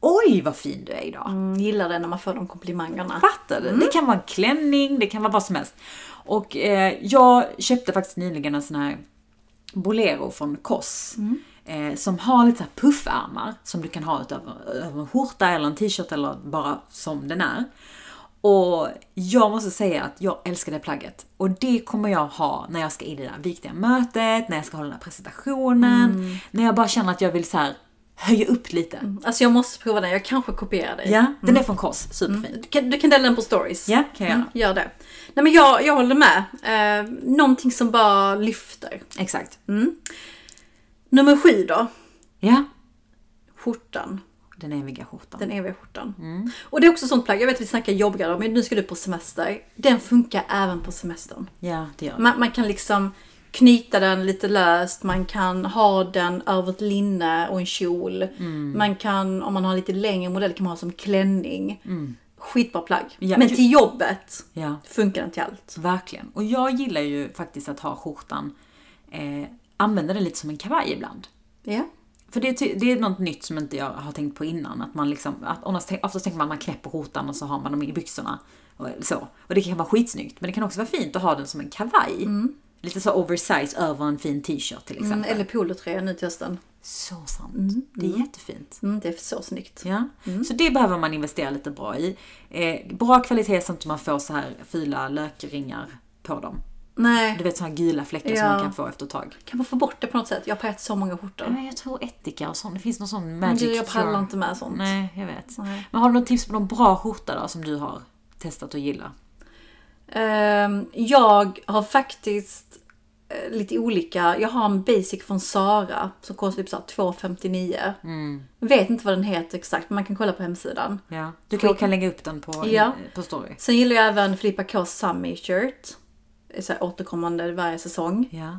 A: oj vad fin du är idag.
B: Mm, gillar det när man får de komplimangerna.
A: Fattar du? Mm. Det kan vara en klänning, det kan vara vad som helst. Och eh, jag köpte faktiskt nyligen en sån här bolero från Koss. Mm. Eh, som har lite så här puffärmar som du kan ha utöver, över en skjorta eller en t-shirt eller bara som den är. Och jag måste säga att jag älskar det plagget. Och det kommer jag ha när jag ska i det där viktiga mötet, när jag ska hålla den här presentationen. Mm. När jag bara känner att jag vill så här höja upp lite.
B: Mm. Alltså jag måste prova den, jag kanske kopierar dig.
A: Ja, den mm. är från Koss, superfin. Mm.
B: Du, kan, du kan dela den på stories.
A: Ja, kan jag
B: mm, gör det. Nej men jag, jag håller med. Eh, någonting som bara lyfter.
A: Exakt.
B: Mm. Nummer sju då.
A: Ja.
B: Skjortan.
A: Den eviga skjortan.
B: Den eviga skjortan. Mm. Och det är också sånt plagg. Jag vet att vi snackar jobbgarderob, men nu ska du på semester. Den funkar även på semestern.
A: Ja, det gör det.
B: Man, man kan liksom knyta den lite löst. Man kan ha den över ett linne och en kjol. Mm. Man kan, om man har lite längre modell, kan man ha som klänning. Mm. Skitbra plagg. Ja, men till jobbet ja. Funkar den till allt.
A: Verkligen. Och jag gillar ju faktiskt att ha skjortan. Eh, använda den lite som en kavaj ibland.
B: Ja.
A: För det, det är något nytt som inte jag har tänkt på innan. Att man liksom, att oftast, oftast tänker man att man knäpper skjortan och så har man dem i byxorna. Och, så. Och det kan vara skitsnyggt. Men det kan också vara fint att ha den som en kavaj. Mm. Lite så oversize över en fin t-shirt till exempel.
B: Mm, eller polotröja nu till hösten.
A: Så sant. Mm. Det är mm. jättefint.
B: Mm, det är så snyggt.
A: Ja. Mm. Så det behöver man investera lite bra i. Eh, bra kvalitet så att man får så här fula lökringar på dem.
B: Nej.
A: Du vet sådana gula fläckar ja. Som man kan få efter ett tag.
B: Kan man få bort det på något sätt? Jag har pajat så många skjortor.
A: Ja, jag tror etika och sånt. Det finns någon sån magic.
B: Men jag pallar inte med sånt.
A: Nej, jag vet. Nej. Men har du något tips på någon bra skjorta då som du har testat att gilla?
B: Um, jag har faktiskt uh, lite olika. Jag har en basic från Zara som kostar typ så två femtionio. Mm. Jag vet inte vad den heter exakt, men man kan kolla på hemsidan.
A: Ja. Du kan, kan lägga upp den på,
B: ja.
A: på story.
B: Sen gillar jag även Filippa K's Summer Shirt. Så här återkommande varje säsong.
A: Ja.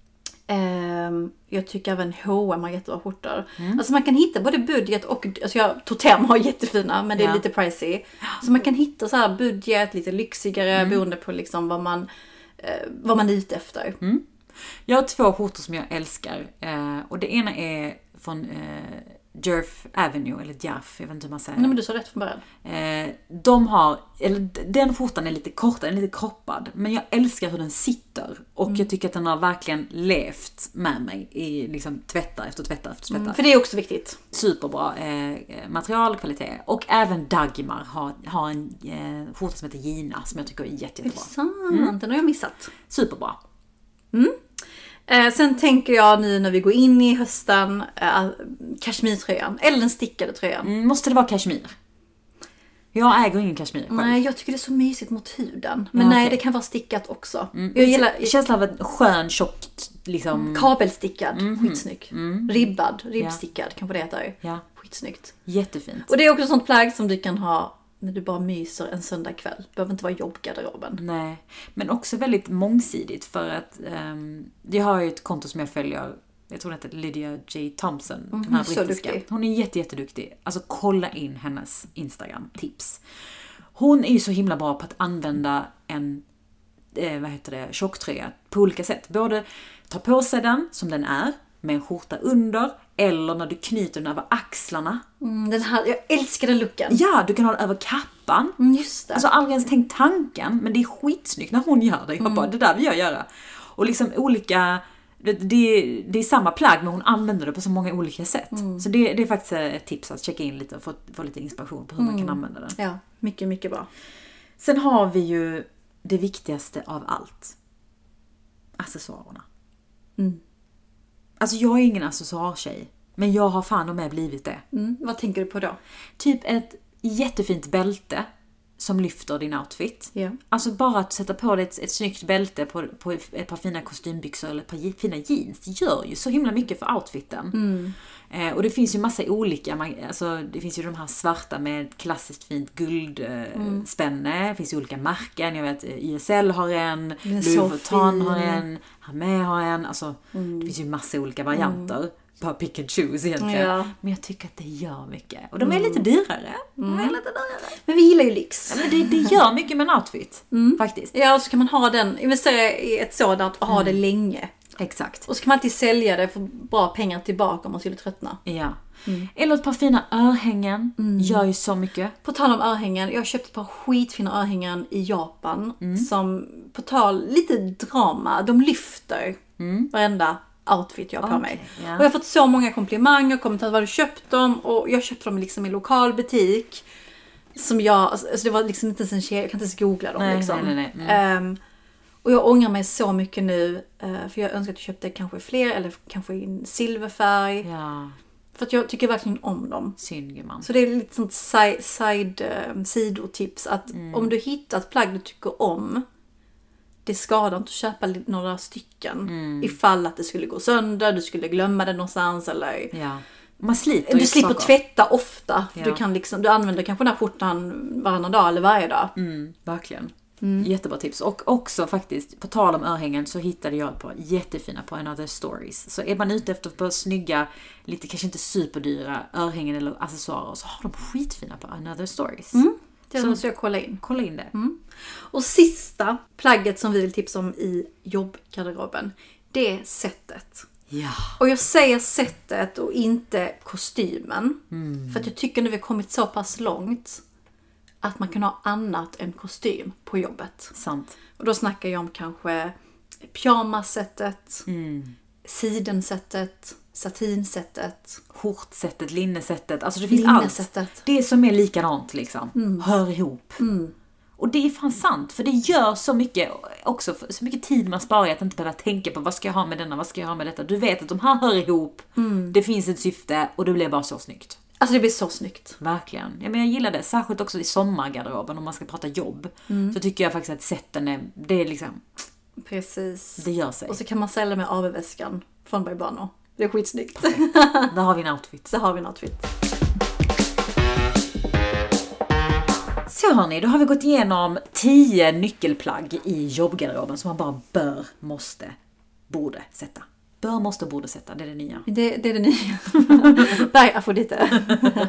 B: Um, jag tycker även H och M har jättebra skjortor. Mm. Alltså man kan hitta både budget och... Alltså jag, Totem har jättefina, men det är ja. Lite pricey. Så man kan hitta så här budget, lite lyxigare, mm. beroende på liksom vad man, uh, vad man är ute efter.
A: Mm. Jag har två skjortor som jag älskar. Uh, och det ena är från... Uh, Jerf Avenue, eller Jerf, jag vet inte hur man säger.
B: Nej, men du sa rätt från början.
A: Eh, de har, eller den skjortan är lite kortare, den är lite kroppad. Men jag älskar hur den sitter. Och mm. jag tycker att den har verkligen levt med mig i liksom tvättar efter tvättar efter tvättar. Mm,
B: för det är också viktigt.
A: Superbra eh, materialkvalitet. Och även Dagmar har, har en eh, skjorta som heter Gina som jag tycker är jätte, jättebra.
B: Är det sant? Mm. Den har jag missat.
A: Superbra.
B: Mm. Eh, sen tänker jag nu när vi går in i hösten, eh, kashmirtröjan, eller den stickade tröjan.
A: Mm, måste det vara kashmir? Jag äger ingen kashmir själv.
B: Nej, jag tycker det är så mysigt mot huden. Men ja, nej, okay. Det kan vara stickat också.
A: Mm. Jag gillar känslan av en skön, tjockt, liksom...
B: Mm, kabelstickad, mm-hmm. skitsnygg. Mm. Ribbad, ribbstickad, ja. Kanske det heter.
A: Ja.
B: Skitsnyggt.
A: Jättefint.
B: Och det är också sånt plagg som du kan ha när du bara myser en söndag kväll. Det behöver inte vara jobbgarderoben.
A: Nej, men också väldigt mångsidigt för att um, jag har ju ett konto som jag följer, jag tror det heter Lydia J. Thompson,
B: mm,
A: den här brittiska. Hon är jätte, jätteduktig. Alltså kolla in hennes Instagram-tips. Hon är ju så himla bra på att använda en eh, vad heter det, tjocktröja på olika sätt. Både ta på sig den som den är, med en skjorta under, eller när du knyter den över axlarna.
B: Mm, den här, jag älskar den looken.
A: Ja, du kan ha den över kappan.
B: Mm, just det.
A: Alltså aldrig ens tänkt tanken, men det är skitsnyggt när hon gör det. Jag bara, mm. det där vill jag göra. Och liksom olika, det, det, det är samma plagg, men hon använder det på så många olika sätt. Mm. Så det, det är faktiskt ett tips att checka in lite och få, få lite inspiration på hur mm. man kan använda den.
B: Ja, mycket, mycket bra.
A: Sen har vi ju det viktigaste av allt. Accessoarerna.
B: Mm.
A: Alltså jag är ingen accessoartjej, men jag har fan och med blivit det.
B: Mm, vad tänker du på då?
A: Typ ett jättefint bälte som lyfter din outfit.
B: Yeah.
A: Alltså bara att sätta på dig ett, ett snyggt bälte på, på ett par fina kostymbyxor eller ett par fina jeans, det gör ju så himla mycket för outfiten.
B: Mm.
A: Eh, och det finns ju massa olika, man, alltså det finns ju de här svarta med klassiskt fint guldspänne, eh, mm. det finns ju olika märken, jag vet Y S L har en, Louis Vuitton har en, Hermès har en, alltså mm. det finns ju massa olika varianter. Mm. Bara pick and choose egentligen.
B: Ja.
A: Men jag tycker att det gör mycket. Och de är mm. lite dyrare.
B: Mm.
A: De är lite dyrare.
B: Men vi gillar ju lyx.
A: Ja, men det, det gör mycket med en outfit. Mm. Faktiskt.
B: Ja, och så kan man ha den, investera i ett sådant och ha mm. det länge.
A: Exakt.
B: Och så kan man alltid sälja det för bra pengar tillbaka om man skulle tröttna.
A: Ja. Mm. Eller ett par fina örhängen. Mm. Gör ju så mycket.
B: På tal om örhängen. Jag har köpt ett par skitfina örhängen i Japan. Mm. Som på tal lite drama. De lyfter mm. varenda outfit jag har på okay, mig. Yeah. Och jag har fått så många komplimanger. Kommentarer var du köpt dem. Och jag köpte dem liksom i lokal butik. Som jag, alltså det var liksom inte ens en kedja. Jag kan inte ens googla dem
A: nej,
B: liksom.
A: Nej, nej, nej. Mm. Um,
B: och jag ångrar mig så mycket nu. Uh, för jag önskar att jag köpte kanske fler. Eller kanske i en silverfärg.
A: Ja.
B: För att jag tycker verkligen om dem.
A: Synd, man.
B: Så det är lite sånt side, side, uh, sidotips. Att mm. om du hittar ett plagg du tycker om. Det skadar inte att köpa några stycken. Mm. Ifall att det skulle gå sönder. Du skulle glömma det någonstans. Eller...
A: Ja. Man sliter
B: du slipper saker. Tvätta ofta.
A: Ja.
B: Du, kan liksom, du använder kanske den här skjortan varannan dag eller varje dag.
A: Mm, verkligen. Mm. Jättebra tips. Och också faktiskt, på tal om örhängen så hittade jag ett par jättefina på Another Stories. Så är man ute efter på snygga, lite kanske inte superdyra örhängen eller accessoarer så har de skitfina på Another Stories.
B: Mm. Det måste jag kolla in.
A: Kolla in det.
B: Mm. Och sista plagget som vi vill tipsa om i jobbgarderoben, det är sättet.
A: Ja.
B: Och jag säger sättet och inte kostymen. Mm. För att jag tycker nu vi har kommit så pass långt att man kan ha annat än kostym på jobbet.
A: Sant.
B: Och då snackar jag om kanske pyjamassättet,
A: mm.
B: sidensättet, satinsättet,
A: skjortsättet, linnesättet. Alltså det finns allt. Det som är likadant liksom. Mm. Hör ihop.
B: Mm.
A: Och det är fan sant. För det gör så mycket också. Så mycket tid man sparar att inte behöva tänka på vad ska jag ha med denna, vad ska jag ha med detta. Du vet att de här hör ihop.
B: Mm.
A: Det finns ett syfte och det blir bara så snyggt.
B: Alltså det blir så snyggt.
A: Verkligen. Ja, men jag gillar det. Särskilt också i sommargarderoben om man ska prata jobb. Mm. Så tycker jag faktiskt att sätten är, det är liksom...
B: Precis.
A: Det gör sig.
B: Och så kan man sälja med A V-väskan från Baibano. Det är skitsnyggt.
A: Där har vi en outfit.
B: Där har vi en outfit.
A: Så hörni, då har vi gått igenom tio nyckelplagg i jobbgarderoben som man bara bör, måste, borde sätta. Bör, måste, borde sätta, det är det nya.
B: Det, det är det nya. Berg Afrodite.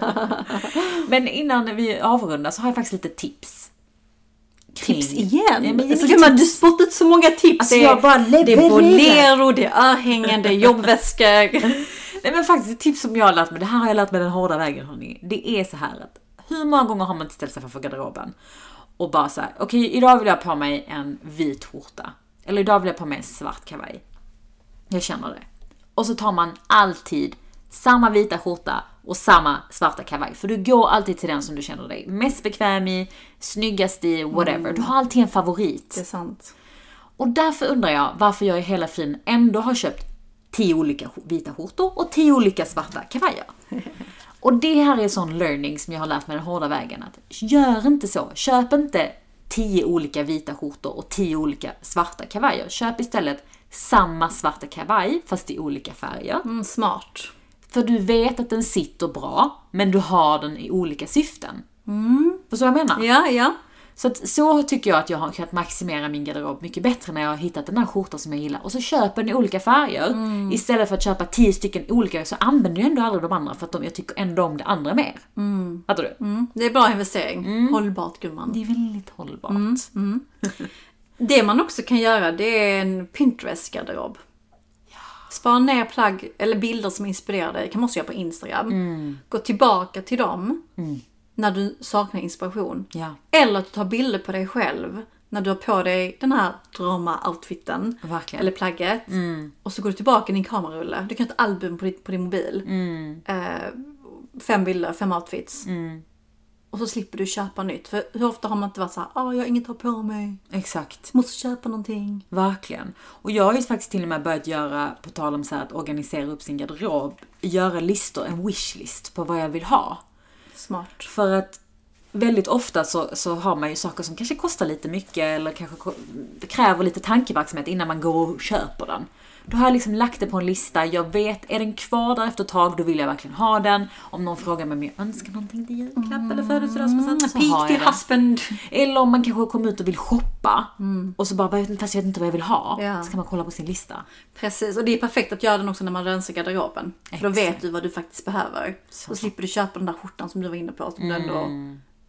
A: Men innan vi avrundar så har jag faktiskt lite tips.
B: Kring... Tips igen? Ja, men
A: så
B: kan man, du spottat så många tips.
A: Alltså, det, jag bara
B: det är bolero, det är örhängen, det är jobbväskor.
A: Nej men faktiskt ett tips som jag har lärt mig, det här har jag lärt mig den hårda vägen hörni. Det är så här att hur många gånger har man inte ställt sig framför garderoben och bara så här, okej okay, idag vill jag ha på mig en vit skjorta. Eller idag vill jag ha på mig en svart kavaj. Jag känner det. Och så tar man alltid samma vita skjorta och samma svarta kavaj. För du går alltid till den som du känner dig mest bekväm i, snyggast i, whatever. Mm. Du har alltid en favorit.
B: Det är sant.
A: Och därför undrar jag varför jag i hela friden ändå har köpt tio olika vita skjortor och tio olika svarta kavajer. Och det här är en sån learning som jag har lärt mig den hårda vägen. Att gör inte så. Köp inte tio olika vita skjortor och tio olika svarta kavajer. Köp istället samma svarta kavaj fast i olika färger.
B: Mm, smart.
A: För du vet att den sitter bra, men du har den i olika syften.
B: Mm.
A: Förstår du vad jag menar?
B: Ja, ja.
A: Så, att, så tycker jag att jag har kunnat maximera min garderob mycket bättre när jag har hittat den här skjortan som jag gillar. Och så köper den i olika färger. Mm. Istället för att köpa tio stycken olika så använder jag ändå aldrig de andra för att de, jag tycker ändå om det andra mer.
B: Mm.
A: Fattar du?
B: Mm. Det är bra investering. Mm. Hållbart, gumman.
A: Det är väldigt hållbart.
B: Mm. Mm. Det man också kan göra, det är en Pinterest-garderob.
A: Ja.
B: Spara ner plagg eller bilder som inspirerar dig. Det kan man också göra på Instagram.
A: Mm.
B: Gå tillbaka till dem.
A: Mm.
B: När du saknar inspiration.
A: Ja.
B: Eller att du tar bilder på dig själv. När du har på dig den här drama-outfiten.
A: Verkligen.
B: Eller plagget.
A: Mm.
B: Och så går du tillbaka i din kamerarulle. Du kan ha ett album på din, på din mobil.
A: Mm.
B: Eh, fem bilder, fem outfits.
A: Mm.
B: Och så slipper du köpa nytt. För hur ofta har man inte varit så här, ah, jag har inget att ha på mig.
A: Exakt.
B: Måste köpa någonting.
A: Verkligen. Och jag har ju faktiskt till och med börjat göra, på tal om så här att organisera upp sin garderob, göra listor, en wishlist på vad jag vill ha.
B: Smart.
A: För att väldigt ofta så, så har man ju saker som kanske kostar lite mycket eller kanske kräver lite tankeverksamhet innan man går och köper den. Då har jag liksom lagt det på en lista. Jag vet, är den kvar där efter ett tag, då vill jag verkligen ha den. Om någon frågar mig om jag önskar någonting till julklapp mm. eller födelsedagspresent så
B: Peak
A: har jag
B: till
A: den.
B: husband.
A: Eller om man kanske kommer ut och vill shoppa
B: mm.
A: och så bara, fast jag vet inte vad jag vill ha.
B: Ja.
A: Så kan man kolla på sin lista.
B: Precis, och det är perfekt att göra den också när man rensar garderoben. För då vet du vad du faktiskt behöver. Så. Då slipper du köpa den där skjortan som du var inne på. Som
A: mm.
B: du ändå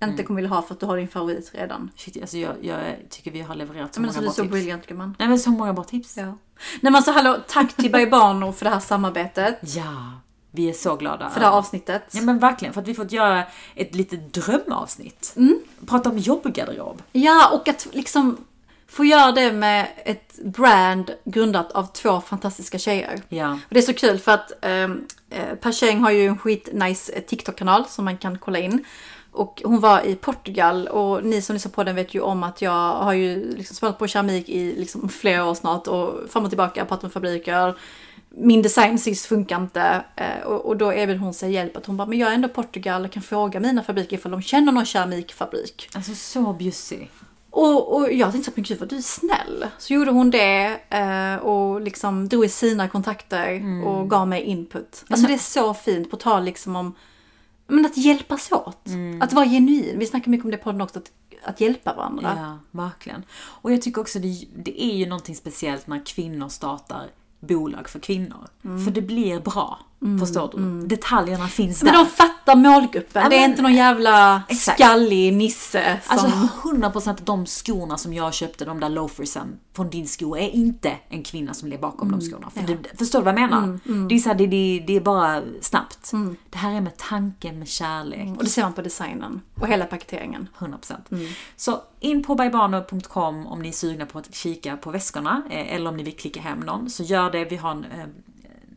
B: inte kommer vilja ha för att du har din favorit redan.
A: Shit, alltså jag, jag tycker vi har levererat så
B: men
A: många
B: alltså,
A: bra
B: tips. Men
A: tips.
B: så brilliant, gumman.
A: Nej men så många bra tips.
B: Ja. Nej men så hallå, tack till Baibano för det här samarbetet.
A: Ja, vi är så glada.
B: För det här avsnittet.
A: Ja men verkligen, för att vi fått göra ett litet drömavsnitt.
B: Mm.
A: Prata om jobbgarderob.
B: Ja, och att liksom få göra det med ett brand grundat av två fantastiska tjejer.
A: Ja.
B: Och det är så kul för att um, eh, Per Cheng har ju en skitnice TikTok-kanal som man kan kolla in. Och hon var i Portugal och ni som lyssnar på den vet ju om att jag har ju liksom spelat på keramik i liksom flera år snart och fram och tillbaka, pratat med fabriker. Min design sist funkar inte eh, och, och då erbjöd hon sig hjälp att hon bara, men jag är ändå i Portugal och kan fråga mina fabriker ifall de känner någon keramikfabrik.
A: Alltså så bjussig.
B: Och, och jag tänkte så, men gud vad du är snäll. Så gjorde hon det eh, och liksom drog i sina kontakter mm. och gav mig input. Alltså det är så fint på tal liksom om men att hjälpas åt. Mm. Att vara genuin. Vi snackar mycket om det på podden också, att, att hjälpa varandra.
A: Ja, verkligen. Och jag tycker också det, det är ju någonting speciellt när kvinnor startar bolag för kvinnor. Mm. För det blir bra. Mm. Förstår du? Mm. Detaljerna finns
B: men
A: där.
B: de fattar målgruppen. Ja, det är men, inte någon jävla exakt. Skallig nisse. Som...
A: Alltså hundra procent de skorna som jag köpte, de där loafersen från din sko, är inte en kvinna som ligger bakom mm. de skorna. För ja. det, förstår du vad jag menar? Mm. Mm. Det, är så här, det, det, det är bara snabbt. Mm. Det här är med tanke, med kärlek. Mm.
B: Och det ser man på designen. Och hela paketeringen.
A: hundra procent. Mm. Så in på baibano punkt com om ni är sugna på att kika på väskorna. Eller om ni vill klicka hem någon. Så gör det. Vi har en...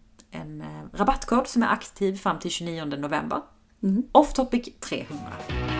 A: en rabattkod som är aktiv fram till tjugonionde november. Mm. Off topic trehundra.